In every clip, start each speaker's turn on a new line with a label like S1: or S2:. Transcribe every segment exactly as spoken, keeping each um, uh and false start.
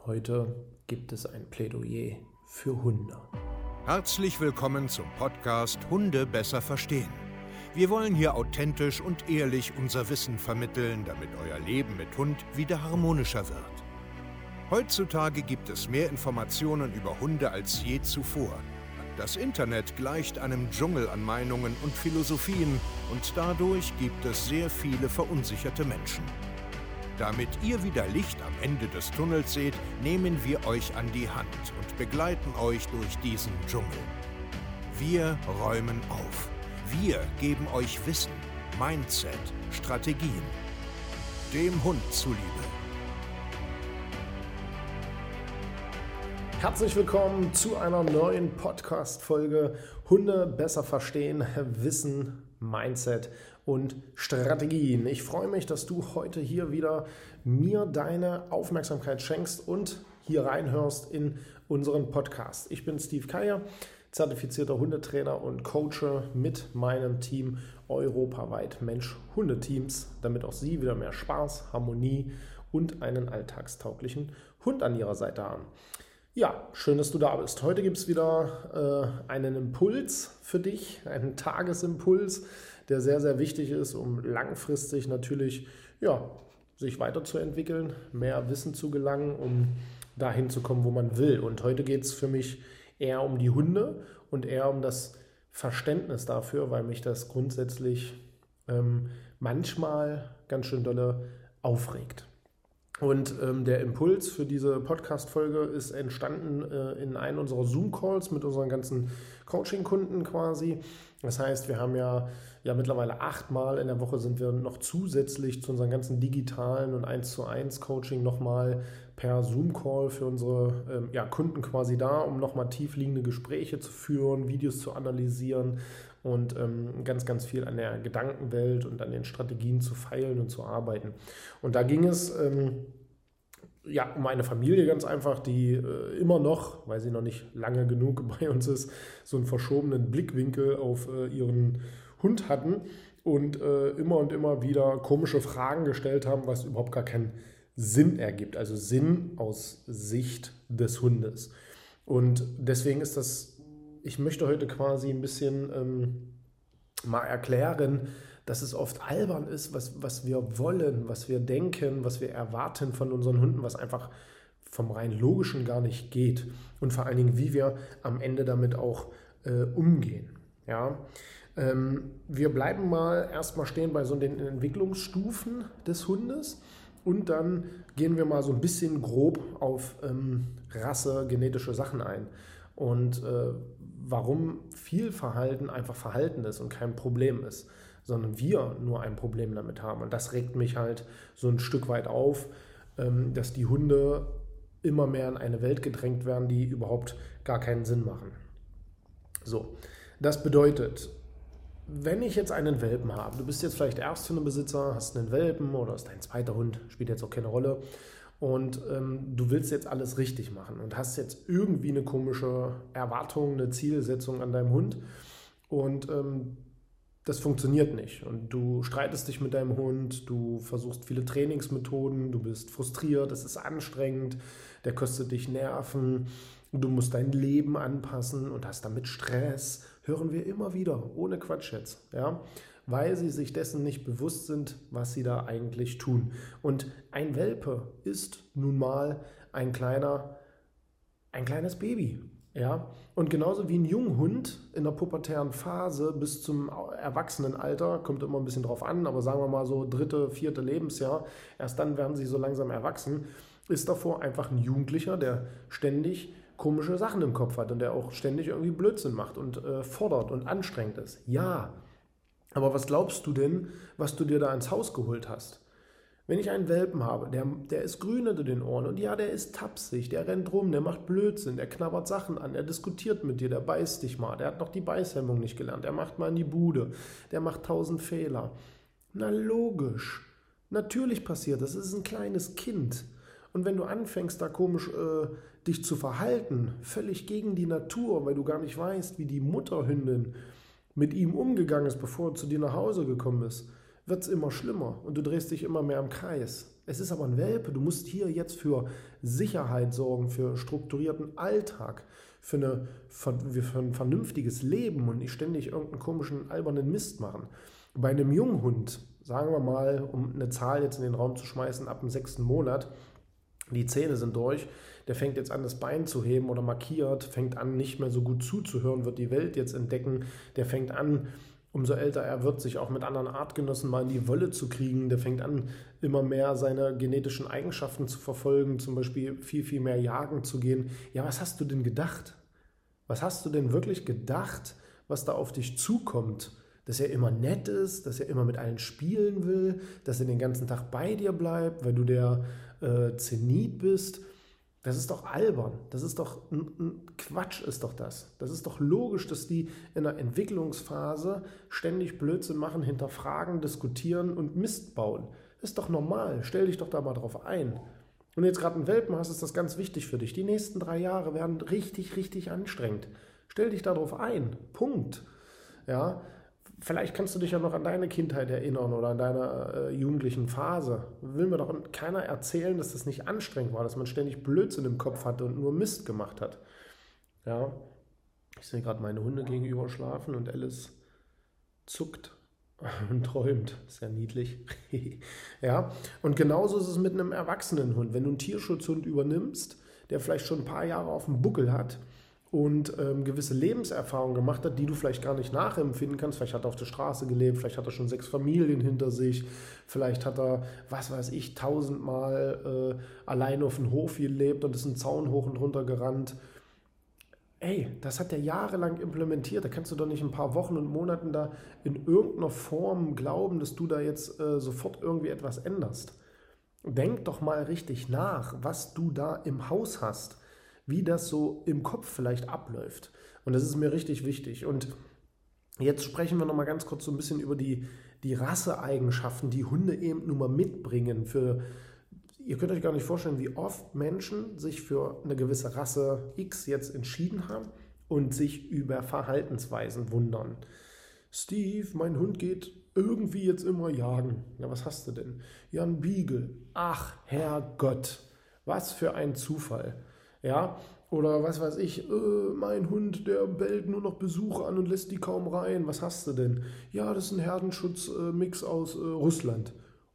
S1: Heute gibt es ein Plädoyer für Hunde.
S2: Herzlich willkommen zum Podcast Hunde besser verstehen. Wir wollen hier authentisch und ehrlich unser Wissen vermitteln, damit euer Leben mit Hund wieder harmonischer wird. Heutzutage gibt es mehr Informationen über Hunde als je zuvor. Das Internet gleicht einem Dschungel an Meinungen und Philosophien und dadurch gibt es sehr viele verunsicherte Menschen. Damit ihr wieder Licht am Ende des Tunnels seht, nehmen wir euch an die Hand und begleiten euch durch diesen Dschungel. Wir räumen auf. Wir geben euch Wissen, Mindset, Strategien. Dem Hund zuliebe.
S1: Herzlich willkommen zu einer neuen Podcast-Folge Hunde besser verstehen, Wissen, Mindset und Strategien. Ich freue mich, dass du heute hier wieder mir deine Aufmerksamkeit schenkst und hier reinhörst in unseren Podcast. Ich bin Steve Keier, zertifizierter Hundetrainer und Coache mit meinem Team europaweit Mensch-Hunde-Teams, damit auch sie wieder mehr Spaß, Harmonie und einen alltagstauglichen Hund an ihrer Seite haben. Ja, schön, dass du da bist. Heute gibt es wieder äh, einen Impuls für dich, einen Tagesimpuls, der sehr, sehr wichtig ist, um langfristig natürlich ja, sich weiterzuentwickeln, mehr Wissen zu gelangen, um dahin zu kommen, wo man will. Und heute geht es für mich eher um die Hunde und eher um das Verständnis dafür, weil mich das grundsätzlich ähm, manchmal ganz schön dolle aufregt. Und ähm, der Impuls für diese Podcast-Folge ist entstanden äh, in einem unserer Zoom-Calls mit unseren ganzen Coaching-Kunden quasi. Das heißt, wir haben ja, ja mittlerweile achtmal in der Woche sind wir noch zusätzlich zu unseren ganzen digitalen und eins zu eins Coaching nochmal per Zoom-Call für unsere ähm, ja, Kunden quasi da, um nochmal tiefliegende Gespräche zu führen, Videos zu analysieren und ähm, ganz, ganz viel an der Gedankenwelt und an den Strategien zu feilen und zu arbeiten. Und da ging es ähm, ja, um eine Familie ganz einfach, die äh, immer noch, weil sie noch nicht lange genug bei uns ist, so einen verschobenen Blickwinkel auf äh, ihren Hund hatten und äh, immer und immer wieder komische Fragen gestellt haben, was überhaupt gar keinen Sinn ergibt. Also Sinn aus Sicht des Hundes. Und deswegen ist das, ich möchte heute quasi ein bisschen ähm, mal erklären, dass es oft albern ist, was, was wir wollen, was wir denken, was wir erwarten von unseren Hunden, was einfach vom rein Logischen gar nicht geht. Und vor allen Dingen, wie wir am Ende damit auch äh, umgehen. Ja? Ähm, wir bleiben mal erstmal stehen bei so den Entwicklungsstufen des Hundes. Und dann gehen wir mal so ein bisschen grob auf ähm, Rasse, genetische Sachen ein. Und äh, warum viel Verhalten einfach Verhalten ist und kein Problem ist, sondern wir nur ein Problem damit haben. Und das regt mich halt so ein Stück weit auf, ähm, dass die Hunde immer mehr in eine Welt gedrängt werden, die überhaupt gar keinen Sinn machen. So, das bedeutet, wenn ich jetzt einen Welpen habe, du bist jetzt vielleicht Ersthundebesitzer, hast einen Welpen oder ist dein zweiter Hund, spielt jetzt auch keine Rolle und ähm, du willst jetzt alles richtig machen und hast jetzt irgendwie eine komische Erwartung, eine Zielsetzung an deinem Hund und ähm, das funktioniert nicht und du streitest dich mit deinem Hund, du versuchst viele Trainingsmethoden, du bist frustriert, es ist anstrengend, der kostet dich Nerven, du musst dein Leben anpassen und hast damit Stress, hören wir immer wieder, ohne Quatsch jetzt, ja, weil sie sich dessen nicht bewusst sind, was sie da eigentlich tun. Und ein Welpe ist nun mal ein kleiner, ein kleines Baby, ja, und genauso wie ein Junghund in der pubertären Phase bis zum Erwachsenenalter, kommt immer ein bisschen drauf an, aber sagen wir mal so dritte, vierte Lebensjahr, erst dann werden sie so langsam erwachsen, ist davor einfach ein Jugendlicher, der ständig komische Sachen im Kopf hat und der auch ständig irgendwie Blödsinn macht und äh, fordert und anstrengend ist. Ja, aber was glaubst du denn, was du dir da ins Haus geholt hast? Wenn ich einen Welpen habe, der, der ist grün unter den Ohren und ja, der ist tapsig, der rennt rum, der macht Blödsinn, der knabbert Sachen an, der diskutiert mit dir, der beißt dich mal, der hat noch die Beißhemmung nicht gelernt, der macht mal in die Bude, der macht tausend Fehler. Na logisch, natürlich passiert das, es ist ein kleines Kind. Und wenn du anfängst, da komisch äh, dich zu verhalten, völlig gegen die Natur, weil du gar nicht weißt, wie die Mutterhündin mit ihm umgegangen ist, bevor er zu dir nach Hause gekommen ist, wird es immer schlimmer und du drehst dich immer mehr im Kreis. Es ist aber ein Welpe. Du musst hier jetzt für Sicherheit sorgen, für strukturierten Alltag, für, eine, für ein vernünftiges Leben und nicht ständig irgendeinen komischen, albernen Mist machen. Bei einem Junghund, sagen wir mal, um eine Zahl jetzt in den Raum zu schmeißen, ab dem sechsten Monat, die Zähne sind durch, der fängt jetzt an, das Bein zu heben oder markiert, fängt an, nicht mehr so gut zuzuhören, wird die Welt jetzt entdecken, der fängt an, umso älter er wird, sich auch mit anderen Artgenossen mal in die Wolle zu kriegen, der fängt an, immer mehr seine genetischen Eigenschaften zu verfolgen, zum Beispiel viel, viel mehr jagen zu gehen. Ja, was hast du denn gedacht? Was hast du denn wirklich gedacht, was da auf dich zukommt? Dass er immer nett ist, dass er immer mit allen spielen will, dass er den ganzen Tag bei dir bleibt, weil du der äh, Zenit bist. Das ist doch albern. Das ist doch ein, ein Quatsch, ist doch das. Das ist doch logisch, dass die in der Entwicklungsphase ständig Blödsinn machen, hinterfragen, diskutieren und Mist bauen. Das ist doch normal. Stell dich doch da mal drauf ein. Wenn du jetzt gerade einen Welpen hast, ist das ganz wichtig für dich. Die nächsten drei Jahre werden richtig, richtig anstrengend. Stell dich darauf ein. Punkt. Ja. Vielleicht kannst du dich ja noch an deine Kindheit erinnern oder an deine äh, jugendlichen Phase. Will mir doch keiner erzählen, dass das nicht anstrengend war, dass man ständig Blödsinn im Kopf hatte und nur Mist gemacht hat. Ja, ich sehe gerade meine Hunde gegenüber schlafen und Alice zuckt und träumt. Ist ja niedlich. Ja, und genauso ist es mit einem erwachsenen Hund. Wenn du einen Tierschutzhund übernimmst, der vielleicht schon ein paar Jahre auf dem Buckel hat, und ähm, gewisse Lebenserfahrungen gemacht hat, die du vielleicht gar nicht nachempfinden kannst. Vielleicht hat er auf der Straße gelebt, vielleicht hat er schon sechs Familien hinter sich, vielleicht hat er, was weiß ich, tausendmal äh, allein auf dem Hof gelebt und ist einen Zaun hoch und runter gerannt. Ey, das hat er jahrelang implementiert. Da kannst du doch nicht ein paar Wochen und Monaten da in irgendeiner Form glauben, dass du da jetzt äh, sofort irgendwie etwas änderst. Denk doch mal richtig nach, was du da im Haus hast, wie das so im Kopf vielleicht abläuft. Und das ist mir richtig wichtig. Und jetzt sprechen wir noch mal ganz kurz so ein bisschen über die, die Rasseeigenschaften, die Hunde eben nun mal mitbringen. Für, ihr könnt euch gar nicht vorstellen, wie oft Menschen sich für eine gewisse Rasse X jetzt entschieden haben und sich über Verhaltensweisen wundern. Steve, mein Hund geht irgendwie jetzt immer jagen. Ja, was hast du denn? Ja, ein Beagle. Ach, Herrgott, was für ein Zufall. Ja, oder was weiß ich, äh, mein Hund, der bellt nur noch Besucher an und lässt die kaum rein. Was hast du denn? Ja, das ist ein Herdenschutzmix äh, aus äh, Russland.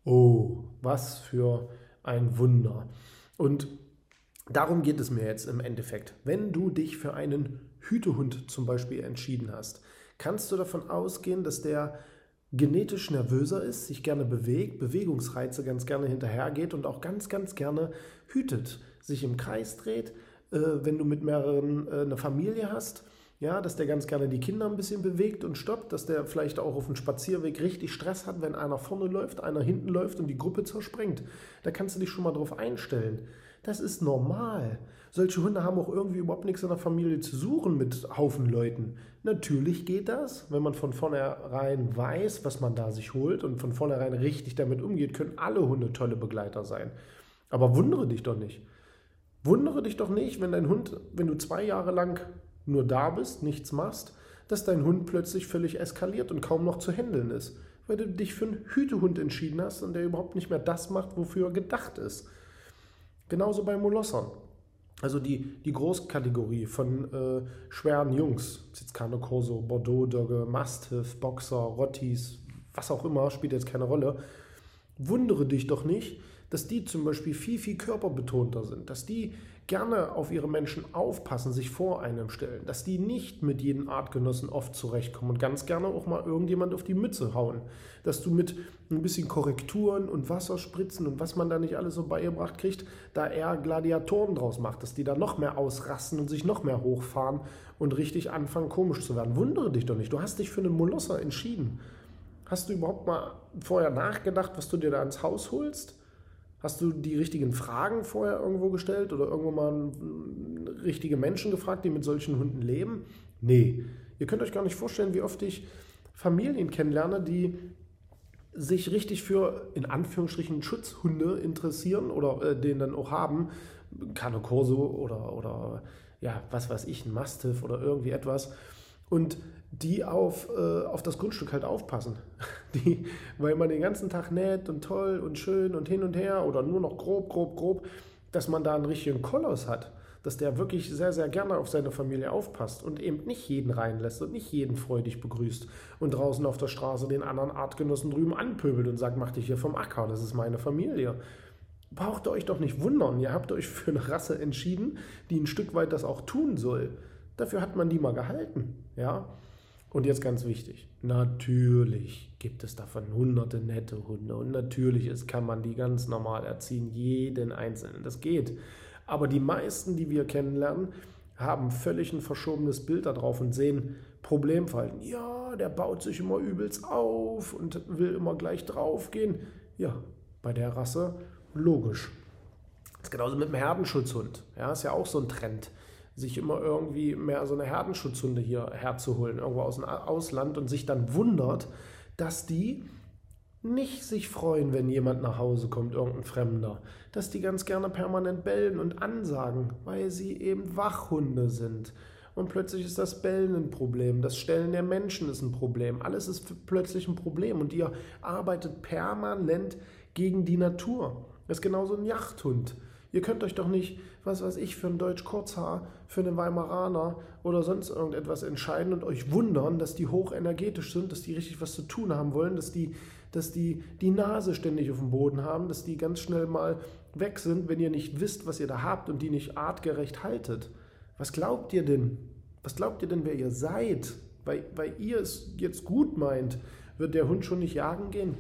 S1: Oh, was für ein Wunder. Und darum geht es mir jetzt im Endeffekt. Wenn du dich für einen Hütehund zum Beispiel entschieden hast, kannst du davon ausgehen, dass der genetisch nervöser ist, sich gerne bewegt, Bewegungsreize ganz gerne hinterhergeht und auch ganz, ganz gerne hütet, sich im Kreis dreht, äh, wenn du mit mehreren äh, eine Familie hast, ja, dass der ganz gerne die Kinder ein bisschen bewegt und stoppt, dass der vielleicht auch auf dem Spazierweg richtig Stress hat, wenn einer vorne läuft, einer hinten läuft und die Gruppe zerspringt. Da kannst du dich schon mal drauf einstellen. Das ist normal. Solche Hunde haben auch irgendwie überhaupt nichts in der Familie zu suchen mit Haufen Leuten. Natürlich geht das, wenn man von vornherein weiß, was man da sich holt und von vornherein richtig damit umgeht, können alle Hunde tolle Begleiter sein. Aber wundere dich doch nicht. Wundere dich doch nicht, wenn dein Hund, wenn du zwei Jahre lang nur da bist, nichts machst, dass dein Hund plötzlich völlig eskaliert und kaum noch zu handeln ist, weil du dich für einen Hütehund entschieden hast und der überhaupt nicht mehr das macht, wofür er gedacht ist. Genauso bei Molossern. Also die, die Großkategorie von äh, schweren Jungs, Cane Corso, Bordeaux Dogge, Mastiff, Boxer, Rottis, was auch immer, spielt jetzt keine Rolle. Wundere dich doch nicht, dass die zum Beispiel viel, viel körperbetonter sind, dass die gerne auf ihre Menschen aufpassen, sich vor einem stellen, dass die nicht mit jedem Artgenossen oft zurechtkommen und ganz gerne auch mal irgendjemand auf die Mütze hauen, dass du mit ein bisschen Korrekturen und Wasserspritzen und was man da nicht alles so beigebracht kriegt, da eher Gladiatoren draus macht, dass die da noch mehr ausrasten und sich noch mehr hochfahren und richtig anfangen komisch zu werden. Wundere dich doch nicht, du hast dich für einen Molosser entschieden. Hast du überhaupt mal vorher nachgedacht, was du dir da ins Haus holst? Hast du die richtigen Fragen vorher irgendwo gestellt oder irgendwo mal richtige Menschen gefragt, die mit solchen Hunden leben? Nee. Ihr könnt euch gar nicht vorstellen, wie oft ich Familien kennenlerne, die sich richtig für, in Anführungsstrichen, Schutzhunde interessieren oder äh, den dann auch haben. Cane Corso oder, oder ja, was weiß ich, ein Mastiff oder irgendwie etwas. und die auf, äh, auf das Grundstück halt aufpassen. Die, weil man den ganzen Tag nett und toll und schön und hin und her oder nur noch grob, grob, grob, dass man da einen richtigen Koloss hat, dass der wirklich sehr, sehr gerne auf seine Familie aufpasst und eben nicht jeden reinlässt und nicht jeden freudig begrüßt und draußen auf der Straße den anderen Artgenossen drüben anpöbelt und sagt, mach dich hier vom Acker, das ist meine Familie. Braucht ihr euch doch nicht wundern, ihr habt euch für eine Rasse entschieden, die ein Stück weit das auch tun soll. Dafür hat man die mal gehalten, ja. Und jetzt ganz wichtig, natürlich gibt es davon hunderte nette Hunde und natürlich ist, kann man die ganz normal erziehen, jeden Einzelnen, das geht. Aber die meisten, die wir kennenlernen, haben völlig ein verschobenes Bild darauf und sehen Problemverhalten. Ja, der baut sich immer übelst auf und will immer gleich draufgehen. Ja, bei der Rasse logisch. Das ist genauso mit dem Herdenschutzhund. Ja, ist ja auch so ein Trend, sich immer irgendwie mehr so eine Herdenschutzhunde hier herzuholen, irgendwo aus dem Ausland und sich dann wundert, dass die nicht sich freuen, wenn jemand nach Hause kommt, irgendein Fremder, dass die ganz gerne permanent bellen und ansagen, weil sie eben Wachhunde sind. Und plötzlich ist das Bellen ein Problem, das Stellen der Menschen ist ein Problem, alles ist plötzlich ein Problem und ihr arbeitet permanent gegen die Natur. Das ist genauso ein Jagdhund. Ihr könnt euch doch nicht, was weiß ich, für ein Deutsch-Kurzhaar, für einen Weimaraner oder sonst irgendetwas entscheiden und euch wundern, dass die hochenergetisch sind, dass die richtig was zu tun haben wollen, dass die, dass die die Nase ständig auf dem Boden haben, dass die ganz schnell mal weg sind, wenn ihr nicht wisst, was ihr da habt und die nicht artgerecht haltet. Was glaubt ihr denn? Was glaubt ihr denn, wer ihr seid? Weil, weil ihr es jetzt gut meint, wird der Hund schon nicht jagen gehen?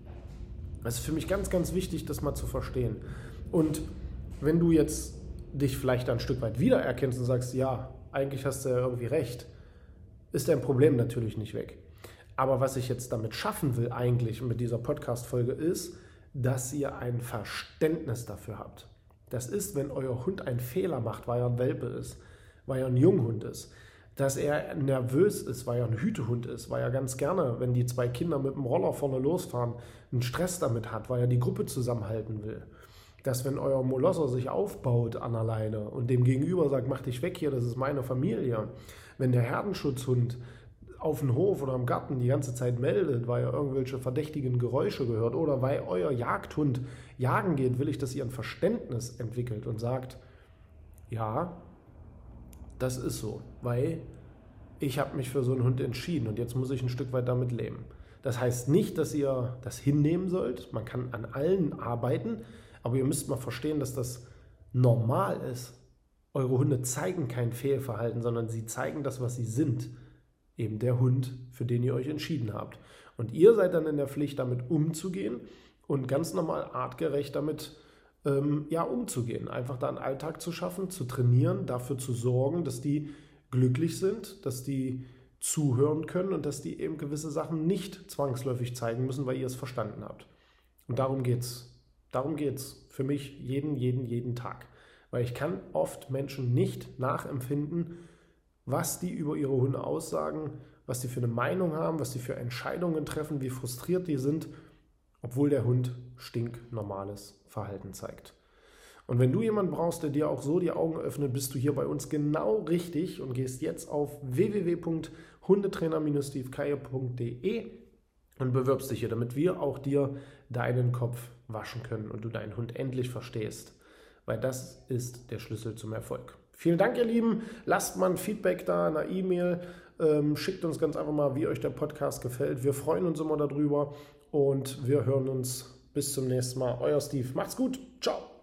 S1: Das ist für mich ganz, ganz wichtig, das mal zu verstehen. Und wenn du jetzt dich vielleicht ein Stück weit wiedererkennst und sagst, ja, eigentlich hast du ja irgendwie recht, ist dein Problem natürlich nicht weg. Aber was ich jetzt damit schaffen will eigentlich mit dieser Podcast-Folge ist, dass ihr ein Verständnis dafür habt. Das ist, wenn euer Hund einen Fehler macht, weil er ein Welpe ist, weil er ein Junghund ist, dass er nervös ist, weil er ein Hütehund ist, weil er ganz gerne, wenn die zwei Kinder mit dem Roller vorne losfahren, einen Stress damit hat, weil er die Gruppe zusammenhalten will. Dass wenn euer Molosser sich aufbaut an alleine und dem Gegenüber sagt, mach dich weg hier, das ist meine Familie. Wenn der Herdenschutzhund auf dem Hof oder im Garten die ganze Zeit meldet, weil er irgendwelche verdächtigen Geräusche gehört oder weil euer Jagdhund jagen geht, will ich, dass ihr ein Verständnis entwickelt und sagt, ja, das ist so, weil ich habe mich für so einen Hund entschieden und jetzt muss ich ein Stück weit damit leben. Das heißt nicht, dass ihr das hinnehmen sollt, man kann an allen arbeiten, aber ihr müsst mal verstehen, dass das normal ist. Eure Hunde zeigen kein Fehlverhalten, sondern sie zeigen das, was sie sind. Eben der Hund, für den ihr euch entschieden habt. Und ihr seid dann in der Pflicht, damit umzugehen und ganz normal artgerecht damit ähm, ja, umzugehen. Einfach da einen Alltag zu schaffen, zu trainieren, dafür zu sorgen, dass die glücklich sind, dass die zuhören können und dass die eben gewisse Sachen nicht zwangsläufig zeigen müssen, weil ihr es verstanden habt. Und darum geht's. Darum geht's für mich jeden, jeden, jeden Tag. Weil ich kann oft Menschen nicht nachempfinden, was die über ihre Hunde aussagen, was die für eine Meinung haben, was die für Entscheidungen treffen, wie frustriert die sind, obwohl der Hund stinknormales Verhalten zeigt. Und wenn du jemanden brauchst, der dir auch so die Augen öffnet, bist du hier bei uns genau richtig und gehst jetzt auf w w w punkt hundetrainer Bindestrich steve keie punkt de und bewirbst dich hier, damit wir auch dir deinen Kopf waschen können und du deinen Hund endlich verstehst. Weil das ist der Schlüssel zum Erfolg. Vielen Dank, ihr Lieben. Lasst mal ein Feedback da, eine E-Mail. Ähm, schickt uns ganz einfach mal, wie euch der Podcast gefällt. Wir freuen uns immer darüber und wir hören uns bis zum nächsten Mal. Euer Steve. Macht's gut. Ciao.